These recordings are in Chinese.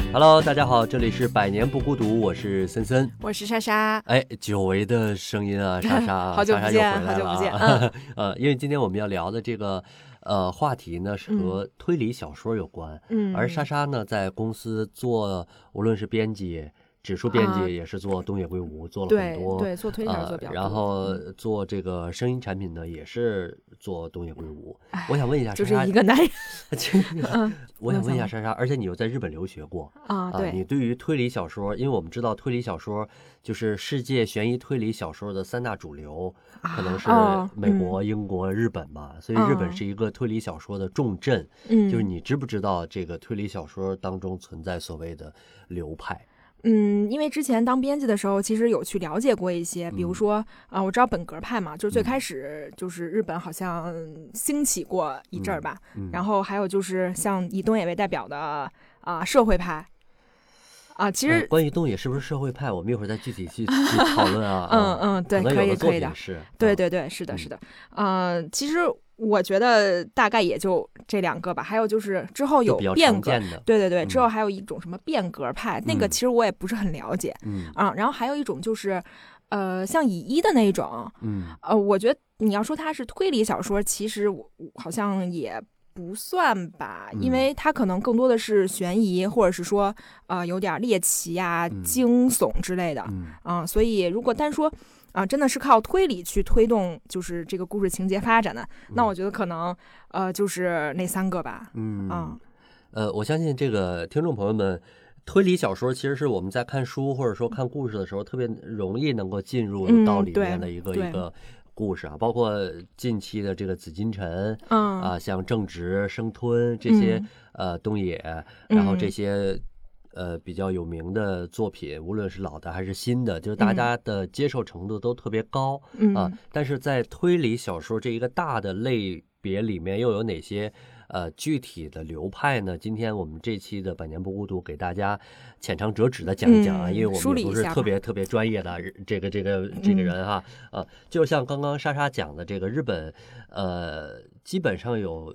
Hello， 大家好，这里是百年不孤独，我是森森， 我是莎莎。 哎，久违的声音啊，莎莎， 好久不见， 莎莎又回来了啊， 好久不见。 因为今天我们要聊的这个话题呢是和推理小说有关，而莎莎呢在公司做无论是编辑。指数编辑也是做东野圭吾，做了很多， 对，做推理小说做比较多， 然后做这个声音产品呢，也是做东野圭吾。我想问一下莎莎， 就是一个男人。 我想问一下莎莎，而且你又在日本留学过啊？对， 你对于推理小说，因为我们知道推理小说就是世界悬疑推理小说的三大主流，可能是美国、英国、日本嘛，所以日本是一个推理小说的重镇。就是你知不知道这个推理小说当中存在所谓的流派？ 因为之前当编辑的时候，其实有去了解过一些，比如说我知道本格派嘛，就是最开始就是日本好像兴起过一阵儿吧，然后还有就是像以东野为代表的社会派。其实关于东野是不是社会派，我们一会儿再具体去讨论啊。 对，可以的，对，是的，其实我觉得大概也就这两个吧，还有就是之后有变革，对，之后还有一种什么变革派，那个其实我也不是很了解，然后还有一种就是像以一的那一种，我觉得你要说它是推理小说，其实我好像也不算吧，因为它可能更多的是悬疑，或者是说有点猎奇啊、惊悚之类的，所以如果单说真的是靠推理去推动就是这个故事情节发展的，那我觉得可能就是那三个吧。 我相信这个听众朋友们，推理小说其实是我们在看书或者说看故事的时候特别容易能够进入到里面的一个故事啊，包括近期的这个紫禁城，像正直、生吞这些东野，然后这些比较有名的作品，无论是老的还是新的，就是大家的接受程度都特别高但是在推理小说这一个大的类别里面，又有哪些具体的流派呢？今天我们这期的百年不孤独给大家浅尝辄止的讲一讲因为我们也不是特别专业的这个人哈，就像刚刚莎莎讲的，这个日本基本上有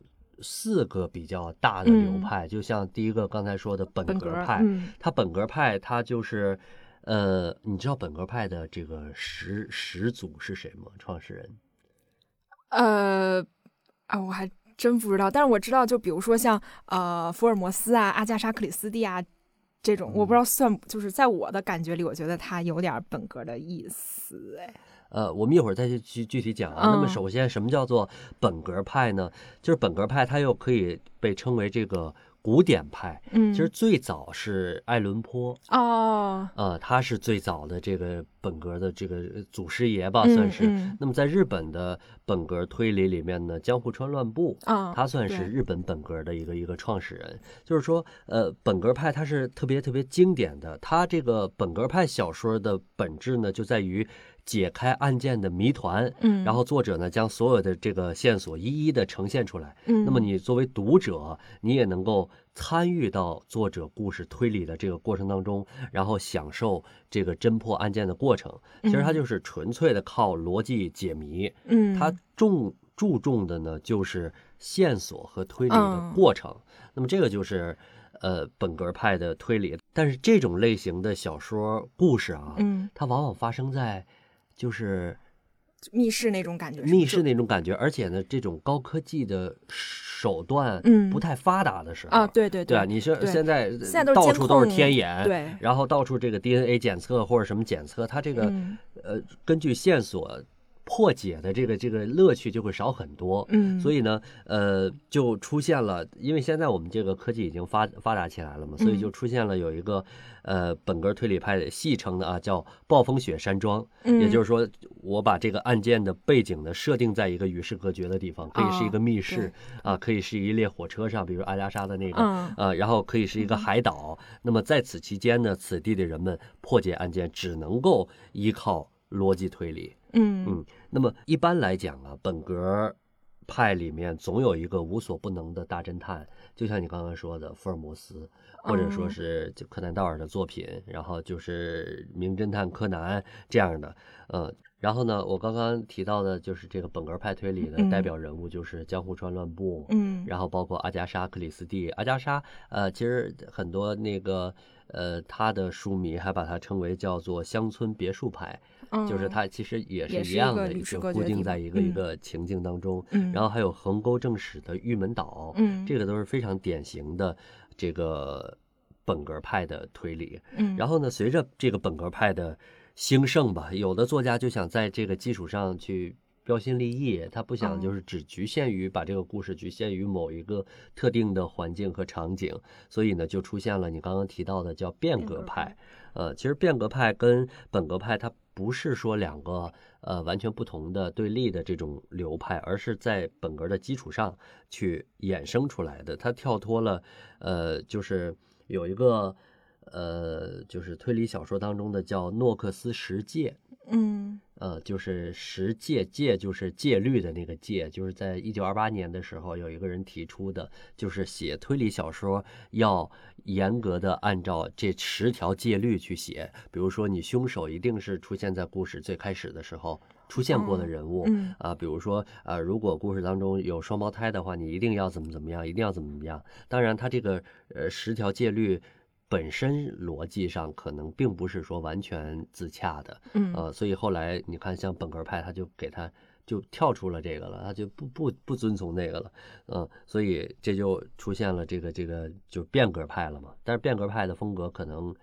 4个比较大的流派，就像第一个刚才说的本格派，它本格派它就是你知道本格派的这个始祖是谁吗？创始人？ 我还真不知道，但是我知道，就比如说像福尔摩斯啊、阿加莎·克里斯蒂啊这种，我不知道算，就是在我的感觉里，我觉得它有点本格的意思。 我们一会儿再去具体讲那么首先，什么叫做本格派呢？就是本格派，它又可以被称为这个古典派。其实最早是爱伦坡他是最早的这个本格的这个祖师爷吧，算是。那么在日本的本格推理里面呢，江户川乱步他算是日本本格的一个创始人。就是说本格派它是特别经典的，它这个本格派小说的本质呢，就在于解开案件的谜团，然后作者呢将所有的这个线索一一的呈现出来。那么你作为读者，你也能够参与到作者故事推理的这个过程当中，然后享受这个侦破案件的过程。其实它就是纯粹的靠逻辑解谜。它注重的呢就是线索和推理的过程。那么这个就是本格派的推理。但是这种类型的小说故事它往往发生在就是密室那种感觉，而且呢，这种高科技的手段不太发达的时候对你说现在到处都是天眼， 对， 然后到处这个 DNA 检测或者什么检测，它这个根据线索破解的这个乐趣就会少很多。所以呢就出现了，因为现在我们这个科技已经发达起来了嘛，所以就出现了有一个本格推理派戏称的叫暴风雪山庄。也就是说我把这个案件的背景呢设定在一个与世隔绝的地方，可以是一个密室可以是一列火车上，比如阿加莎的那个然后可以是一个海岛。那么在此期间呢，此地的人们破解案件只能够依靠逻辑推理。那么一般来讲本格派里面总有一个无所不能的大侦探，就像你刚刚说的福尔摩斯，或者说是柯南道尔的作品，然后就是名侦探柯南这样的。 然后呢，我刚刚提到的就是这个本格派推理的代表人物就是江户川乱步，然后包括阿加莎·克里斯蒂。阿加莎，其实很多那个他的书迷还把它称为叫做乡村别墅派，就是它其实也是一样的，就固定在一个情境当中。然后还有横沟正史的玉门岛，这个都是非常典型的这个本格派的推理。然后呢，随着这个本格派的兴盛吧，有的作家就想在这个基础上去标新立异，他不想就是只局限于把这个故事局限于某一个特定的环境和场景，所以呢就出现了你刚刚提到的叫变革派。其实变革派跟本格派它不是说两个完全不同的对立的这种流派，而是在本格的基础上去衍生出来的。它跳脱了就是有一个就是推理小说当中的叫诺克斯十戒，就是十戒，戒就是戒律的那个戒，就是在1928年的时候有一个人提出的，就是写推理小说要严格的按照这10条戒律去写。比如说你凶手一定是出现在故事最开始的时候出现过的人物，比如说如果故事当中有双胞胎的话，你一定要怎么样，一定要怎么样。当然他这个10条戒律本身逻辑上可能并不是说完全自洽的，所以后来你看像本格派他就给他就跳出了这个了，他就不遵从那个了，所以这就出现了这个就变革派了嘛。但是变革派的风格可能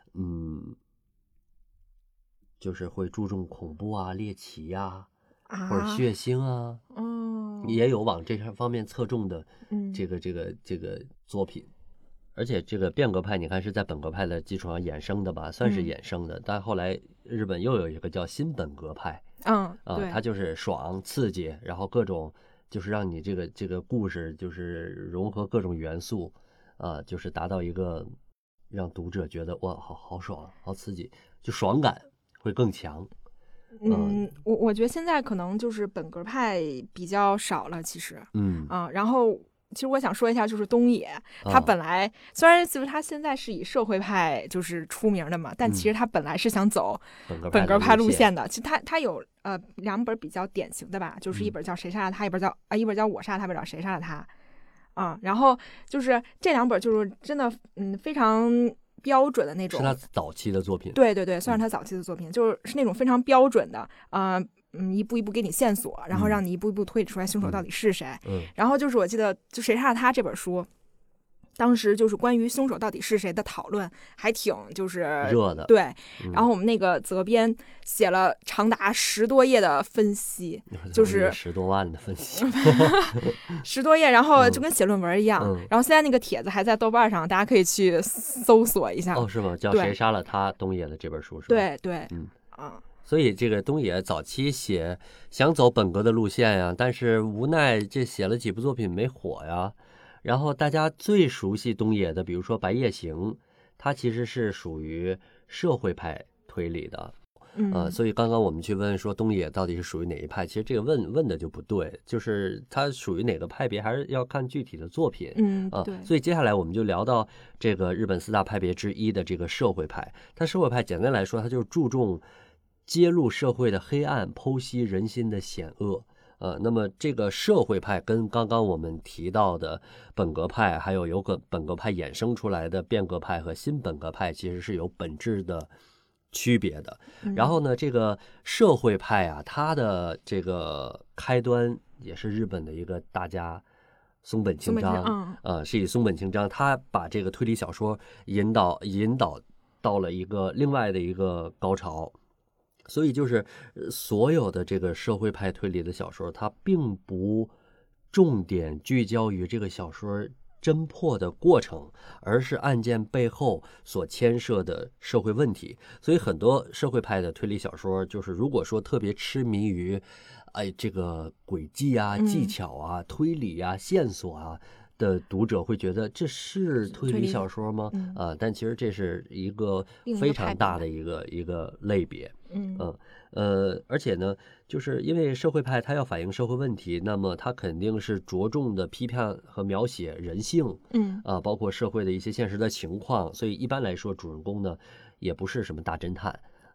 就是会注重恐怖啊、猎奇啊或者血腥啊，也有往这方面侧重的这个作品。而且这个变革派你看是在本格派的基础上衍生的吧，算是衍生的，但后来日本又有一个叫新本格派，它就是爽刺激，然后各种就是让你这个故事就是融合各种元素，就是达到一个让读者觉得哇好爽好刺激，就爽感会更强。 我觉得现在可能就是本格派比较少了，其实，然后其实我想说一下，就是东野，他本来虽然就是他现在是以社会派就是出名的嘛，但其实他本来是想走本格派路线的。其实他有2本比较典型的吧，就是一本叫谁杀了他，一本叫我杀他，不知道谁杀了他然后就是这2本就是真的非常标准的那种， 是他早期的作品。 对，算是他早期的作品，就是那种非常标准的一步一步给你线索，然后让你一步一步推理出来凶手到底是谁。然后就是我记得就谁杀了他这本书，当时就是关于凶手到底是谁的讨论还挺就是热的。 对，然后我们那个责编写了长达10多页的分析，就是 10多万的分析 10多页，然后就跟写论文一样。然后现在那个帖子还在豆瓣上，大家可以去搜索一下。 是吗？叫谁杀了他东野的这本书是吧？ 对， 所以这个东野早期想走本格的路线呀，但是无奈这写了几部作品没火呀。然后大家最熟悉东野的，比如说《白夜行》，它其实是属于社会派推理的。所以刚刚我们去问说东野到底是属于哪一派，其实这个问的就不对，就是它属于哪个派别还是要看具体的作品。 对。 所以接下来我们就聊到这个日本4大派别之一的这个社会派。它社会派简单来说，它就是注重揭露社会的黑暗，剖析人心的险恶。那么这个社会派跟刚刚我们提到的本格派，还有由本格派衍生出来的变革派和新本格派，其实是有本质的区别的。然后呢，这个社会派啊，它的这个开端也是日本的一个大家松本清张，是以松本清张，他把这个推理小说引导到了另外的一个高潮。所以就是所有的这个社会派推理的小说，它并不重点聚焦于这个小说侦破的过程，而是案件背后所牵涉的社会问题。所以很多社会派的推理小说，就是如果说特别痴迷于这个轨迹啊、技巧啊、推理啊、线索啊的读者会觉得这是推理小说吗？但其实这是一个非常大的一个类别。而且呢，就是因为社会派它要反映社会问题，那么它肯定是着重的批判和描写人性，包括社会的一些现实的情况。所以一般来说，主人公呢也不是什么大侦探，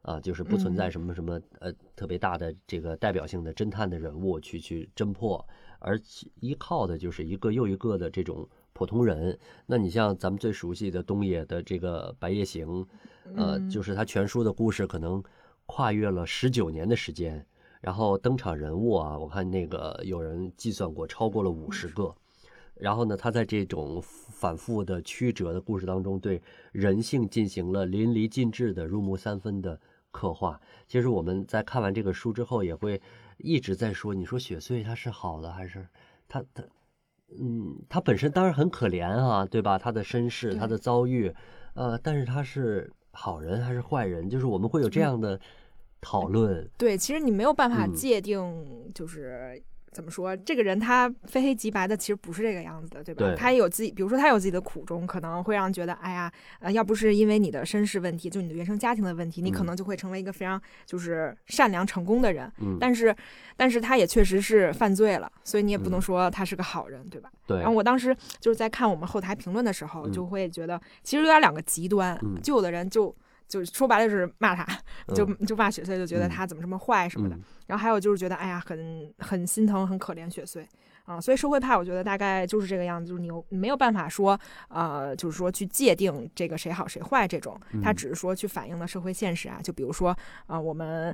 就是不存在什么什么特别大的这个代表性的侦探的人物去侦破，而依靠的就是一个又一个的这种普通人。那你像咱们最熟悉的东野的这个《白夜行》，就是他全书的故事可能跨越了19年的时间，然后登场人物啊，我看那个有人计算过超过了50个。然后呢，他在这种反复的曲折的故事当中，对人性进行了淋漓尽致的入木三分的刻画。其实我们在看完这个书之后，也会一直在说，你说雪穗他是好的还是他本身当然很可怜啊，对吧？他的身世，他的遭遇，但是他是好人还是坏人？就是我们会有这样的讨论。 对，其实你没有办法界定，就是怎么说，这个人他非黑即白的，其实不是这个样子的，对吧？ 对， 他也有自己，比如说他有自己的苦衷，可能会让人觉得，哎呀，要不是因为你的身世问题，就你的原生家庭的问题，你可能就会成为一个非常就是善良成功的人。但是他也确实是犯罪了，所以你也不能说他是个好人，对吧？ 对。 然后我当时就是在看我们后台评论的时候，就会觉得其实有点两个极端，就有的人就说白了就是骂他，就骂雪穗，就觉得他怎么这么坏什么的。然后还有就是觉得哎呀很心疼很可怜雪穗啊，所以社会派我觉得大概就是这个样子，就是你没有办法说就是说去界定这个谁好谁坏这种，他只是说去反映了社会现实啊，就比如说我们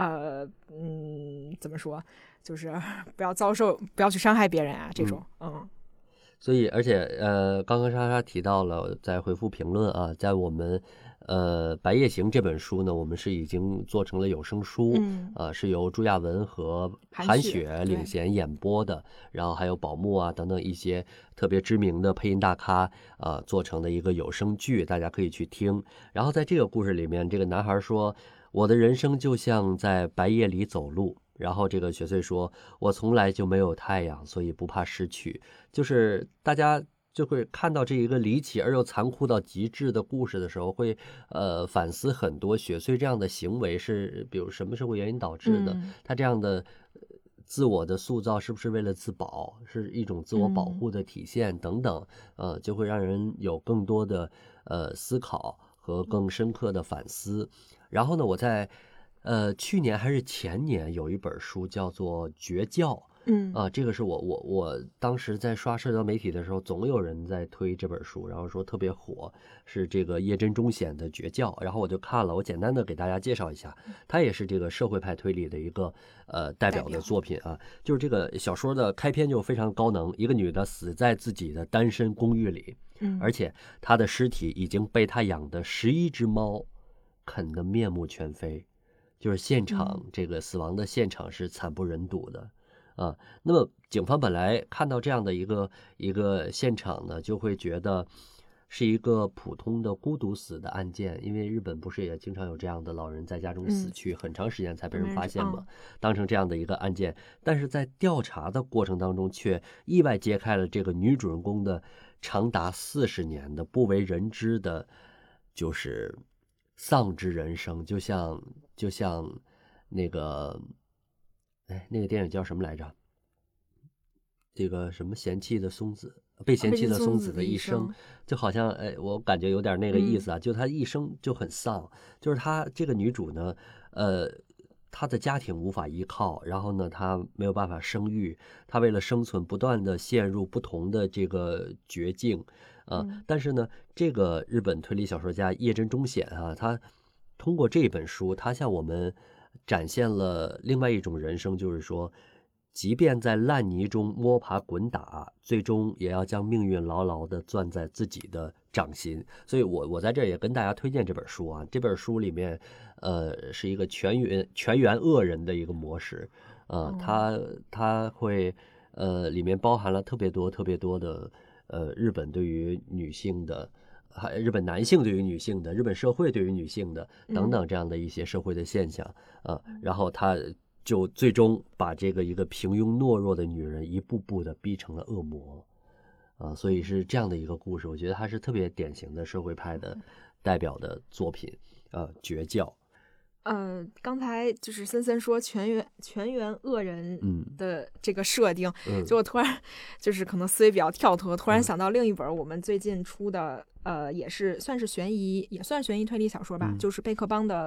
怎么说，就是不要去伤害别人啊这种。 所以而且刚刚莎莎提到了在回复评论啊，在我们白夜行这本书呢，我们是已经做成了有声书，是由朱亚文和韩雪领衔演播的，然后还有宝木啊等等一些特别知名的配音大咖做成的一个有声剧，大家可以去听。然后在这个故事里面，这个男孩说，我的人生就像在白夜里走路。然后这个雪穗说，我从来就没有太阳，所以不怕失去。就是大家就会看到这一个离奇而又残酷到极致的故事的时候，会反思很多雪穗这样的行为是比如什么社会原因导致的，他这样的自我的塑造是不是为了自保，是一种自我保护的体现等等，就会让人有更多的思考和更深刻的反思。然后呢，我在去年还是前年有一本书叫做《绝教》，这个是我当时在刷社交媒体的时候，总有人在推这本书，然后说特别火，是这个叶真忠显的《绝教》，然后我就看了，我简单的给大家介绍一下，它也是这个社会派推理的一个代表的作品啊，就是这个小说的开篇就非常高能，一个女的死在自己的单身公寓里，而且她的尸体已经被她养的11只猫啃得面目全非。就是现场这个死亡的现场是惨不忍睹的那么警方本来看到这样的一个现场呢，就会觉得是一个普通的孤独死的案件，因为日本不是也经常有这样的老人在家中死去，很长时间才被人发现嘛，当成这样的一个案件。但是在调查的过程当中，却意外揭开了这个女主人公的长达40年的不为人知的，就是丧之人生，就像那个那个电影叫什么来着？这个什么嫌弃的松子，被嫌弃的松子的一生，就好像我感觉有点那个意思啊，就他一生就很丧，就是他这个女主呢，她的家庭无法依靠，然后呢，她没有办法生育，她为了生存不断的陷入不同的这个绝境但是呢，这个日本推理小说家叶真忠显他通过这本书，他向我们展现了另外一种人生，就是说即便在烂泥中摸爬滚打，最终也要将命运牢牢地攥在自己的掌心。所以我在这也跟大家推荐这本书啊，这本书里面是一个全员恶人的一个模式它会里面包含了特别多的日本对于女性的，日本男性对于女性的，日本社会对于女性的等等这样的一些社会的现象然后他就最终把这个一个平庸懦弱的女人一步步的逼成了恶魔所以是这样的一个故事，我觉得它是特别典型的社会派的代表的作品绝教。 刚才就是森森说全员恶人的这个设定，就我突然就是可能思维比较跳脱，突然想到另一本我们最近出的也是算是悬疑，也算悬疑推理小说吧，就是贝克邦的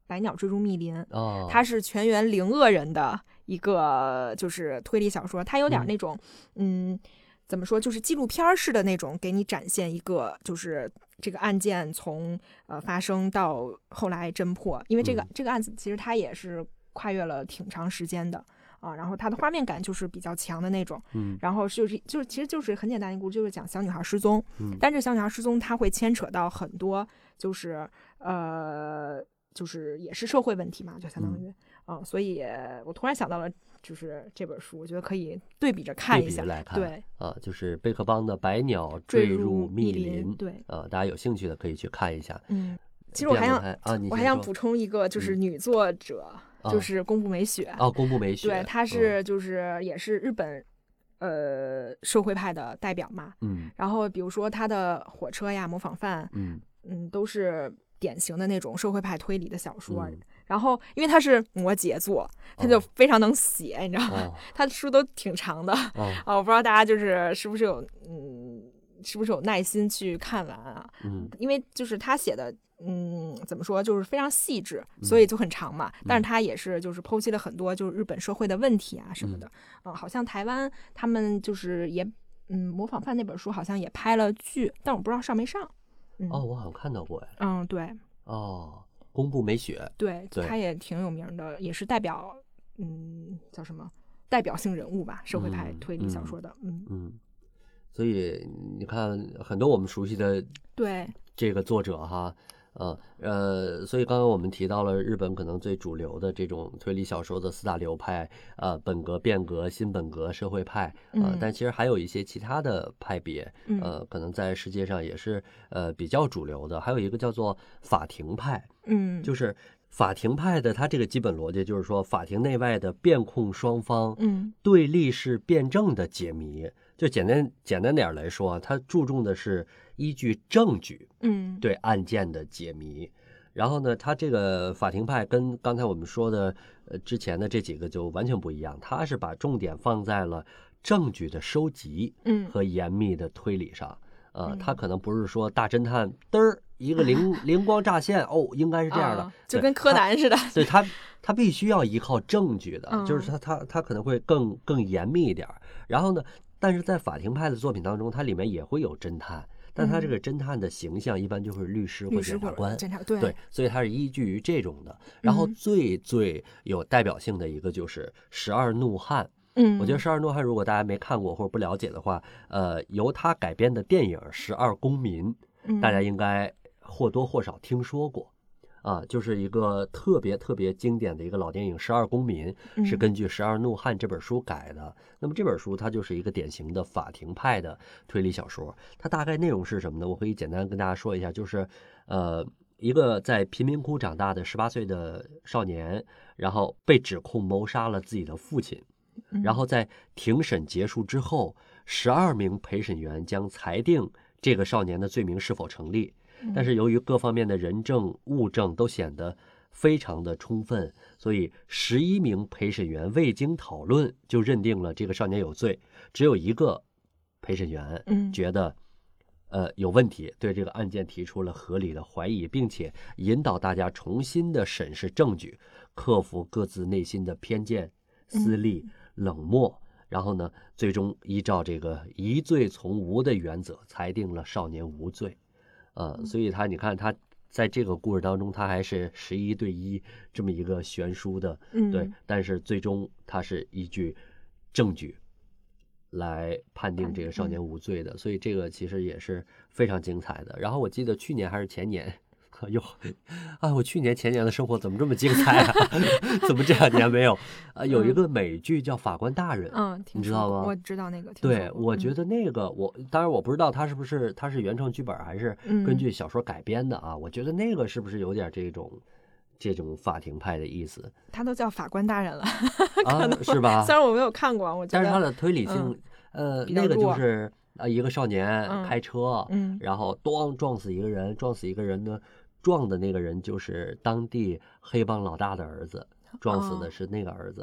百鸟坠入密林》，它是全员零恶人的一个就是推理小说，它有点那种怎么说，就是纪录片式的那种，给你展现一个就是这个案件从发生到后来侦破，因为这个案子其实它也是跨越了挺长时间的啊，然后它的画面感就是比较强的那种，然后其实就是很简单的一个故事，就是讲小女孩失踪，但这小女孩失踪它会牵扯到很多就是就是也是社会问题嘛，就相当于所以我突然想到了。就是这本书，我觉得可以对比着看一下。 来看， 对就是贝克邦的《百鸟坠入密林》， 对大家有兴趣的可以去看一下。 其实我还想补充一个，就是女作者，就是宫部美雪。 宫部美雪， 对，她是就是也是日本社会派的代表嘛。然后比如说她的火车呀、模仿犯，都是典型的那种社会派推理的小说。然后因为他是摩羯座，他就非常能写，你知道吗？他的书都挺长的我不知道大家就是是不是有耐心去看完啊？因为就是他写的怎么说，就是非常细致，所以就很长嘛。但是他也是就是剖析了很多就是日本社会的问题啊什么的。好像台湾他们就是也模仿犯那本书好像也拍了剧，但我不知道上没上。 我好像看到过哎。 对。 宫部美雪， 对，他也挺有名的，也是代表叫什么代表性人物吧，社会派推理小说的。 所以你看很多我们熟悉的对这个作者哈。所以刚刚我们提到了日本可能最主流的这种推理小说的4大流派，本格、变革、新本格、社会派，但其实还有一些其他的派别，可能在世界上也是比较主流的。还有一个叫做法庭派，就是法庭派的它这个基本逻辑就是说，法庭内外的辩控双方，对立式辩证的解谜。就简单点来说，它注重的是依据证据，对案件的解谜。然后呢，它这个法庭派跟刚才我们说的之前的这几个就完全不一样，它是把重点放在了证据的收集和严密的推理上。它可能不是说大侦探嘚儿一个灵光乍现，应该是这样的， 就跟柯南似的。 对，他必须要依靠证据的，就是他可能会更严密一点。然后呢，但是在法庭派的作品当中，它里面也会有侦探，但他这个侦探的形象一般就是律师或检察官，对，所以他是依据于这种的。然后最有代表性的一个就是《12怒汉》。我觉得《12怒汉》如果大家没看过或者不了解的话，由他改编的电影《12公民》，大家应该或多或少听说过。就是一个特别特别经典的一个老电影《12公民》，是根据《12怒汉》这本书改的。那么这本书它就是一个典型的法庭派的推理小说。它大概内容是什么呢？我可以简单跟大家说一下，就是一个在贫民窟长大的18岁的少年，然后被指控谋杀了自己的父亲。然后在庭审结束之后，12名陪审员将裁定这个少年的罪名是否成立。但是由于各方面的人证物证都显得非常的充分，所以11名陪审员未经讨论就认定了这个少年有罪，只有一个陪审员觉得有问题，对这个案件提出了合理的怀疑，并且引导大家重新的审视证据，克服各自内心的偏见、私利、冷漠，然后呢，最终依照这个疑罪从无的原则裁定了少年无罪。所以你看他在这个故事当中，他还是11对1这么一个悬殊的，对，但是最终他是依据证据来判定这个少年无罪的，所以这个其实也是非常精彩的。然后我记得去年还是前年，我去年前年的生活怎么这么精彩啊？怎么这2年没有？有一个美剧叫《法官大人》，你知道吗？ 我知道那个。 对，我觉得那个当然我不知道它是原创剧本还是根据小说改编的啊？我觉得那个是不是有点这种法庭派的意思？ 他都叫法官大人了是吧？ 虽然我没有看过，我觉得， 但是他的推理性，那个就是一个少年开车，然后撞死一个人，呢。撞的那个人就是当地黑帮老大的儿子，撞死的是那个儿子。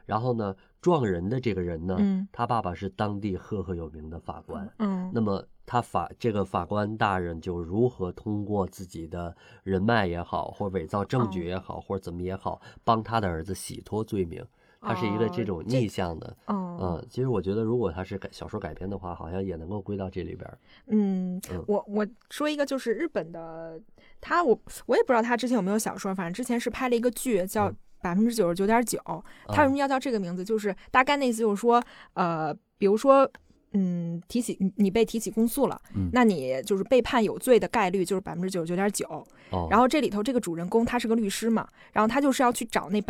然后呢，撞人的这个人呢，他爸爸是当地赫赫有名的法官。那么这个法官大人就如何通过自己的人脉也好，或伪造证据也好，或者怎么也好，帮他的儿子洗脱罪名。它是一个这种逆向的。其实我觉得如果它是小说改编的话，好像也能够归到这里边。 我说一个就是日本的，我也不知道他之前有没有小说，反正之前是拍了一个剧叫99.9%。他为什么要叫这个名字？就是大概那意思就是说，比如说，你被提起公诉了，那你就是被判有罪的概率就是99.9%。然后这里头这个主人公他是个律师嘛，然后他就是要去找那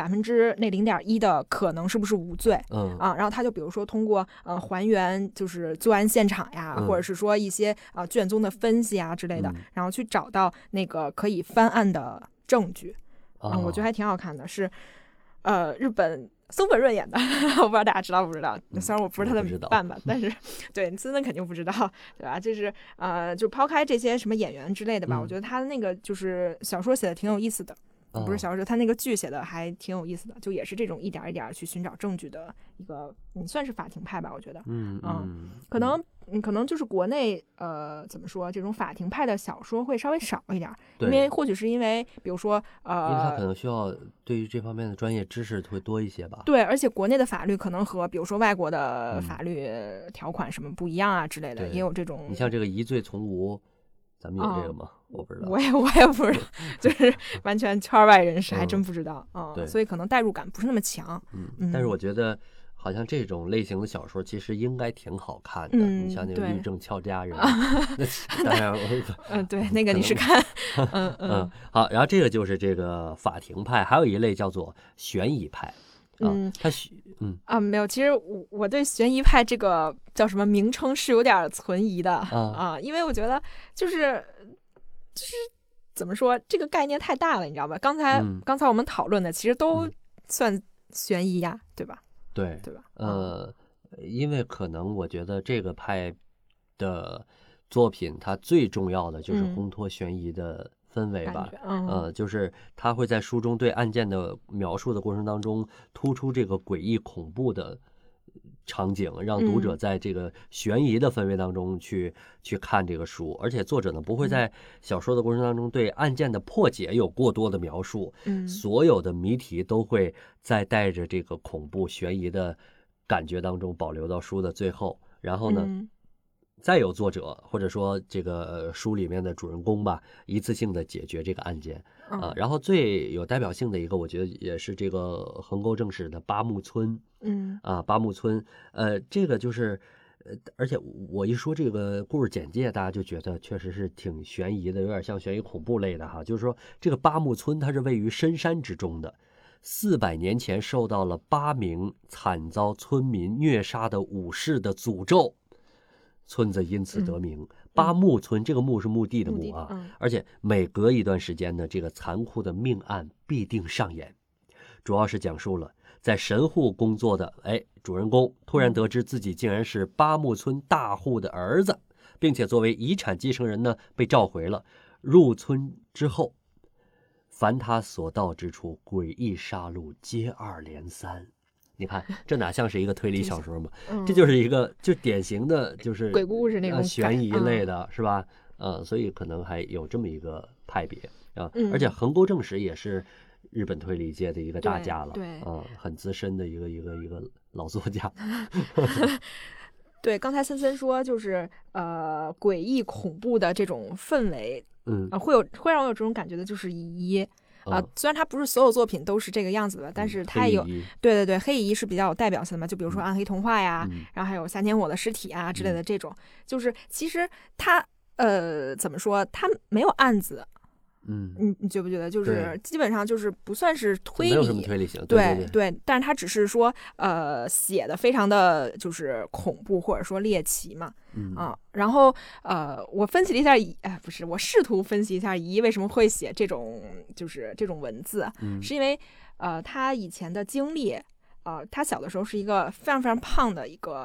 0.1%的可能是不是无罪。然后他就比如说通过还原就是作案现场呀，或者是说一些卷宗的分析啊之类的，然后去找到那个可以翻案的证据。我觉得还挺好看的，是日本松本润演的，我不知道大家知道不知道。虽然我不是他的伴吧，但是对森森肯定不知道，对吧？就是就抛开这些什么演员之类的吧，我觉得他的那个就是小说写的挺有意思的。不是小说，他那个剧写的还挺有意思的，就也是这种一点一点去寻找证据的一个，算是法庭派吧，我觉得。可能就是国内怎么说，这种法庭派的小说会稍微少一点，因为或许是因为比如说因为他可能需要对于这方面的专业知识会多一些吧。 对，而且国内的法律可能和比如说外国的法律条款什么不一样啊之类的，也有这种。 你像这个疑罪从无，咱们有这个吗？我不知道， 我也不知道，就是完全圈外人士还真不知道。 对， 所以可能代入感不是那么强。 但是我觉得好像这种类型的小说其实应该挺好看的。你像那个《律政俏佳人》，那当然， 对，那个你是看， 好，然后这个就是这个法庭派，还有一类叫做悬疑派。没有，其实我对悬疑派这个叫什么名称是有点存疑的因为我觉得就是怎么说，这个概念太大了，你知道吧？刚才我们讨论的其实都算悬疑呀，对吧？ 对吧？ 因为可能我觉得这个派的作品，它最重要的就是烘托悬疑的氛围吧。就是他会在书中对案件的描述的过程当中，突出这个诡异恐怖的场景，让读者在这个悬疑的氛围当中去看这个书。而且作者呢不会在小说的过程当中对案件的破解有过多的描述，所有的谜题都会在带着这个恐怖悬疑的感觉当中保留到书的最后。然后呢再有作者或者说这个书里面的主人公吧，一次性的解决这个案件。然后最有代表性的一个，我觉得也是这个横沟正史的八木村。八木村，这个就是而且我一说这个故事简介，大家就觉得确实是挺悬疑的，有点像悬疑恐怖类的哈。就是说这个八木村它是位于深山之中的，400年前受到了8名惨遭村民虐杀的武士的诅咒，村子因此得名。八木村，这个木是墓地的墓啊，而且每隔一段时间呢，这个残酷的命案必定上演。主要是讲述了在神户工作的主人公突然得知自己竟然是八木村大户的儿子，并且作为遗产继承人呢被召回了。入村之后，凡他所到之处，诡异杀戮接二连三。你看这哪像是一个推理小说吗？这就是一个就典型的就是鬼故事那种悬疑类的，是吧？所以可能还有这么一个派别啊。而且横沟正史也是日本推理界的一个大家了， 对， 很资深的一个老作家。 对，刚才森森说就是诡异恐怖的这种氛围，会让我有这种感觉的，就是乙虽然他不是所有作品都是这个样子的，但是他也有对，黑乙一是比较有代表性的嘛，就比如说暗黑童话呀，然后还有3年我的尸体啊之类的这种，就是其实他怎么说，他没有案子。你觉不觉得就是基本上就是不算是推理， 没有什么推理性， 对，但是他只是说写的非常的就是恐怖或者说猎奇嘛，然后我分析了一下我试图分析一下乙为什么会写这种就是这种文字，是因为他以前的经历，他小的时候是一个非常非常胖的一个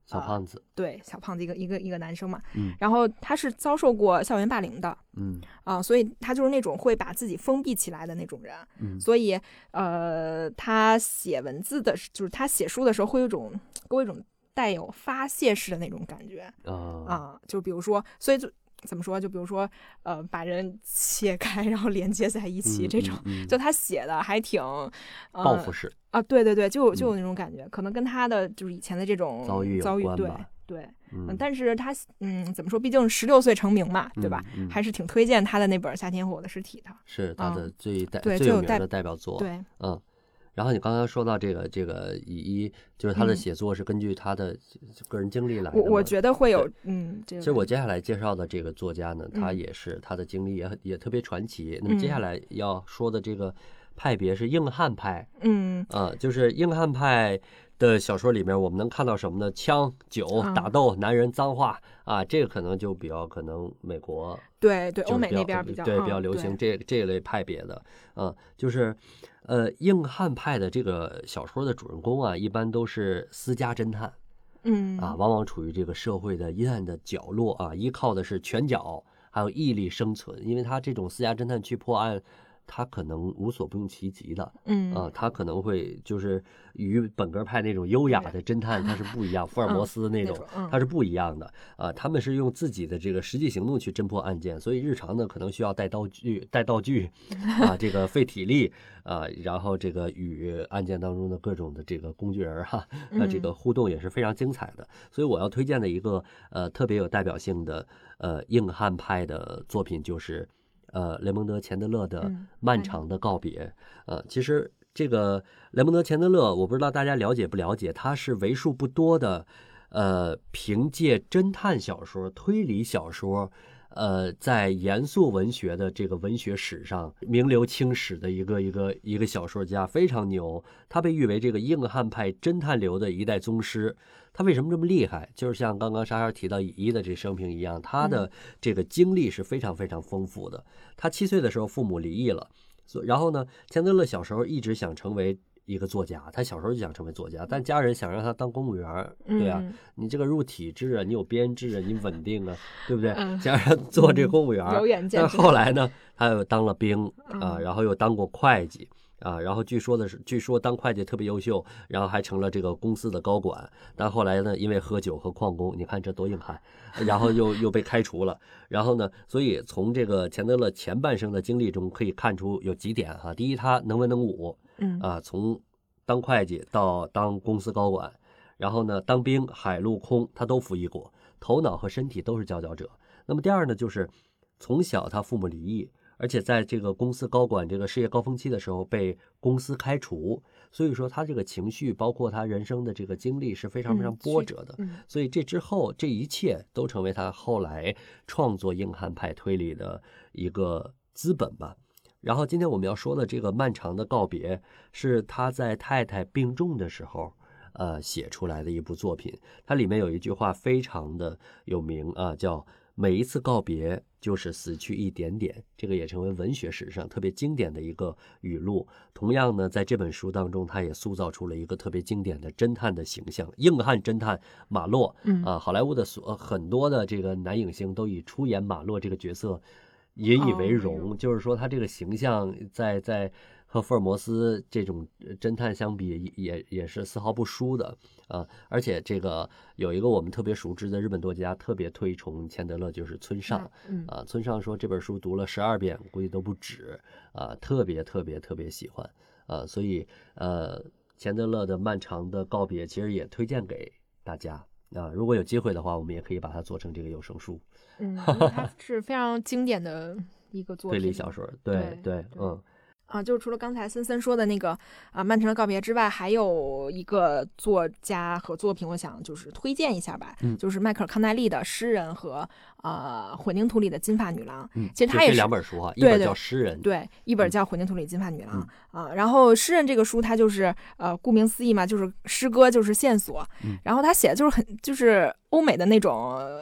小胖子， 对，小胖子一个男生嘛，然后他是遭受过校园霸凌的，所以他就是那种会把自己封闭起来的那种人，所以他写文字的，就是他写书的时候会给我一种带有发泄式的那种感觉就比如说，所以就怎么说，就比如说把人切开然后连接在一起这种，就他写的还挺报复式对对对，就有那种感觉，可能跟他的就是以前的这种遭遇有关吧。 对，但是他怎么说，毕竟16岁成名嘛，对吧？还是挺推荐他的那本《夏天和我的尸体》的， 是他的最有名的代表作。 对， 然后你刚才说到这个乙一，就是他的写作是根据他的个人经历来的。 我觉得会有其实我接下来介绍的这个作家呢，他也是他的经历也特别传奇。那么接下来要说的这个派别是硬汉派。就是硬汉派的小说里面，我们能看到什么呢？枪、酒、打斗、男人、脏话这个可能就比较可能美国对欧美那边比较流行这一类派别的就是硬汉派的这个小说的主人公一般都是私家侦探，往往处于这个社会的阴暗的角落依靠的是拳脚还有毅力生存，因为他这种私家侦探去破案。他可能无所不用其极的，他可能会就是与本格派那种优雅的侦探他是不一样，福尔摩斯那种他是不一样的他们是用自己的这个实际行动去侦破案件，所以日常呢可能需要带道具这个费体力然后这个与案件当中的各种的这个工具人这个互动也是非常精彩的，所以我要推荐的一个特别有代表性的硬汉派的作品就是雷蒙德·钱德勒的《漫长的告别》。其实这个雷蒙德·钱德勒，我不知道大家了解不了解，他是为数不多的凭借侦探小说、推理小说在严肃文学的这个文学史上名留青史的一个小说家，非常牛。他被誉为这个硬汉派侦探流的一代宗师。他为什么这么厉害？就是像刚刚莎莎提到乙一的这生平一样，他的这个经历是非常非常丰富的。他7岁的时候父母离异了，然后呢，钱德勒小时候一直想成为一个作家，他小时候就想成为作家，但家人想让他当公务员，对啊，你这个入体制你有编制你稳定对不对？想让他做这个公务员，但后来呢，他又当了兵然后又当过会计。然后据说当会计特别优秀，然后还成了这个公司的高管，但后来呢，因为喝酒和旷工，你看这多硬汉，然后又被开除了。然后呢，所以从这个钱德勒前半生的经历中可以看出有几点第一，他能文能武，从当会计到当公司高管，然后呢，当兵海陆空他都服役过，头脑和身体都是佼佼者。那么第二呢，就是从小他父母离异。而且在这个公司高管这个事业高峰期的时候被公司开除，所以说他这个情绪包括他人生的这个经历是非常非常波折的，所以这之后这一切都成为他后来创作硬汉派推理的一个资本吧。然后今天我们要说的这个漫长的告别是他在太太病重的时候写出来的一部作品，它里面有一句话非常的有名叫每一次告别就是死去一点点，这个也成为文学史上特别经典的一个语录。同样呢，在这本书当中，他也塑造出了一个特别经典的侦探的形象，硬汉侦探马洛。好莱坞的很多的这个男影星都以出演马洛这个角色引以为荣，就是说他这个形象在和福尔摩斯这种侦探相比也是丝毫不输的而且这个有一个我们特别熟知的日本作家特别推崇钱德勒，就是村上村上说这本书读了12遍估计都不止特别特别特别喜欢所以钱德勒的漫长的告别其实也推荐给大家如果有机会的话，我们也可以把它做成这个有声书它是非常经典的一个作品， 推理小说，对就是除了刚才森森说的那个漫长的告别之外，还有一个作家和作品我想就是推荐一下吧就是迈克尔康奈利的诗人和混凝土里的金发女郎其实他也是这2本书一本叫诗人， 对，一本叫混凝土里金发女郎然后诗人这个书它就是顾名思义嘛，就是诗歌就是线索然后他写的就是欧美的那种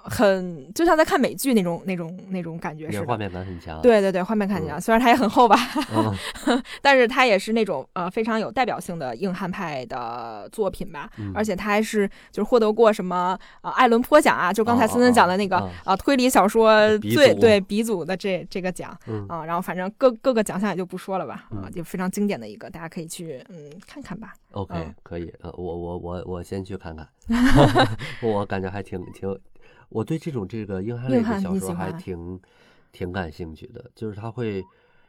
就像在看美剧那种感觉似的， 画面感很强。 对对对，画面感很强，虽然它也很厚吧，但是它也是那种非常有代表性的硬汉派的作品吧，而且它还是就是获得过什么艾伦坡奖啊，就刚才森森讲的那个推理小说鼻祖的这个奖然后反正各个奖项也就不说了吧，就非常经典的一个，大家可以去看看吧。 OK，可以，我先去看看，我感觉还挺，我对这个硬汉类的小说还挺感兴趣的，就是它会，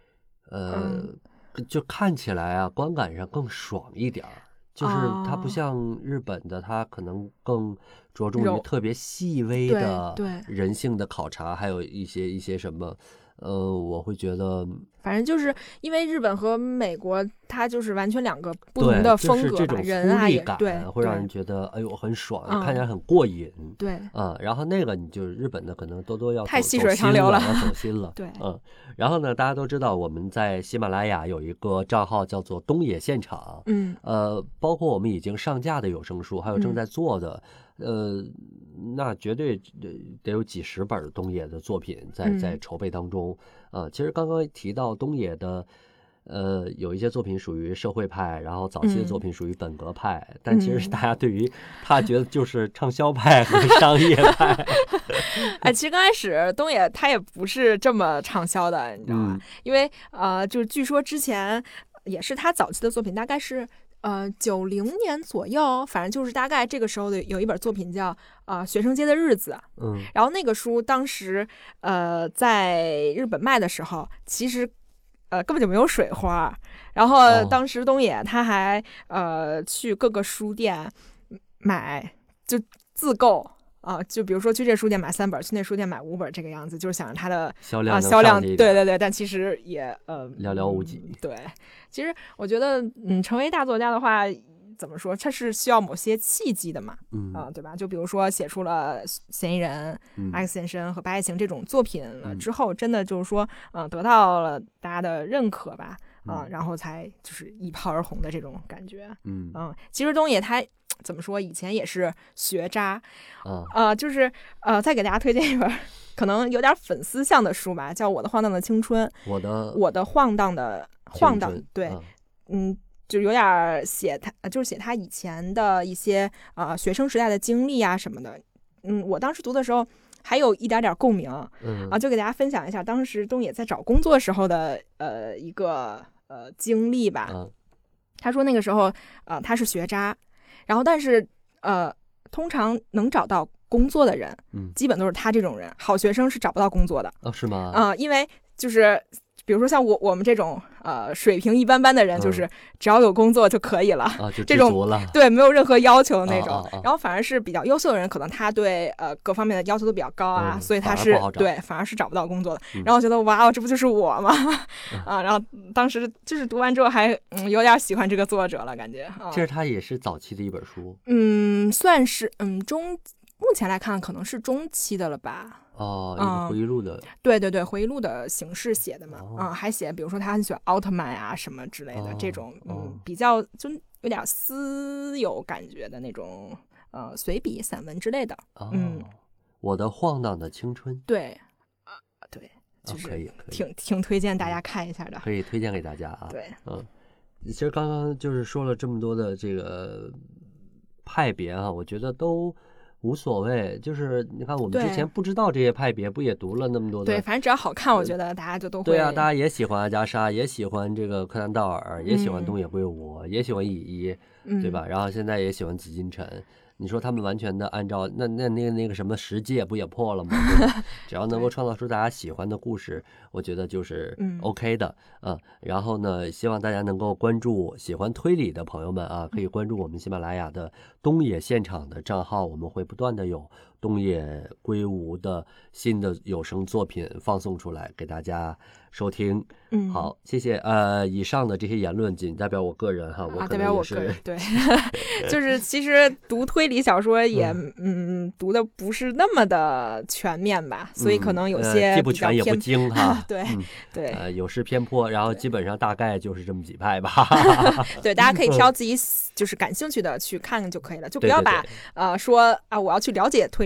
就看起来啊，观感上更爽一点，就是它不像日本的，它可能更着重于特别细微的人性的考察，还有一些什么。我会觉得， 反正就是因为日本和美国，它就是完全两个不同的风格吧，人啊也对， 会让人觉得哎呦很爽，看起来很过瘾。 对， 然后那个你就是日本的可能多要太细水长流了， 要走心了。 对， 然后呢，大家都知道我们在喜马拉雅有一个账号叫做东野现场，包括我们已经上架的有声书，还有正在做的。那绝对得有几十本东野的作品在筹备当中。其实刚刚提到东野的，有一些作品属于社会派，然后早期的作品属于本格派，但其实大家对于他觉得就是畅销派和商业派。 其实刚开始东野他也不是这么畅销的，你知道吗？因为就是据说之前也是他早期的作品，大概是。90年左右，反正就是大概这个时候的有一本作品叫学生街的日子，然后那个书当时在日本卖的时候，其实根本就没有水花，然后当时东野他还去各个书店买，就自购。就比如说去这书店买3本，去那书店买5本，这个样子，就是想让它的销量对对对，但其实也寥寥无几。 对，其实我觉得成为大作家的话，怎么说，它是需要某些契机的嘛，对吧？就比如说写出了《嫌疑人》、X 现身和《白爱情》这种作品了之后，真的就是说得到了大家的认可吧，然后才就是一炮而红的这种感觉。其实东野他怎么说，以前也是学渣，就是再给大家推荐一本可能有点粉丝向的书吧，叫《我的晃荡的青春》。我的晃荡的晃荡，对，就有点写他以前的一些学生时代的经历啊什么的。我当时读的时候还有一点点共鸣，就给大家分享一下当时东野在找工作时候的一个经历吧。他说那个时候他是学渣。然后但是通常能找到工作的人基本都是他这种人，好学生是找不到工作的。 是吗？ 因为就是比如说像我们这种水平一般般的人，就是只要有工作就可以了， 就这种对没有任何要求的那种。然后反而是比较优秀的人，可能他对各方面的要求都比较高啊，所以他是对反而是找不到工作的。然后我觉得哇，这不就是我吗？然后当时就是读完之后还有点喜欢这个作者了，感觉。 其实他也是早期的一本书， 算是目前来看可能是中期的了吧。 一个回忆录的， 对对对，回忆录的形式写的嘛，还写比如说他很喜欢奥特曼啊什么之类的，这种比较就有点私有感觉的那种随笔散文之类的。 我的晃荡的青春， 对对，就是可以挺推荐大家看一下的， 可以推荐给大家啊。 对， 其实刚刚就是说了这么多的这个派别啊，我觉得都无所谓，就是你看我们之前不知道这些派别，不也读了那么多的？ 对，反正只要好看，我觉得大家就都会。 对啊，大家也喜欢阿加莎，也喜欢这个柯南道尔，也喜欢东野圭吾，也喜欢乙一，对吧？然后现在也喜欢紫金陈。你说他们完全的按照那个什么十戒不也破了吗？只要能够创造出大家喜欢的故事，我觉得就是 OK 的。然后呢，希望大家能够关注喜欢推理的朋友们啊，可以关注我们喜马拉雅的东野现场的账号，我们会不断的有东野圭吾的新的有声作品放送出来给大家收听。好，谢谢。以上的这些言论仅代表我个人哈，我代表我个人，对，就是其实读推理小说也读的不是那么的全面吧，所以可能有些既不全也不精哈。 对对， 有失偏颇，然后基本上大概就是这么几派吧。 对，大家可以挑自己就是感兴趣的去看就可以了，就不要把说我要去了解推理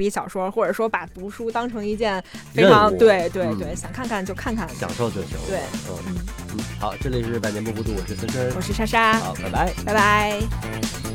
笔小说，或者说把读书当成一件非常对，想看看就看看， 享受就行。对，好，这里是百年不孤独，我是森森， 我是莎莎， 好，拜拜， 拜拜。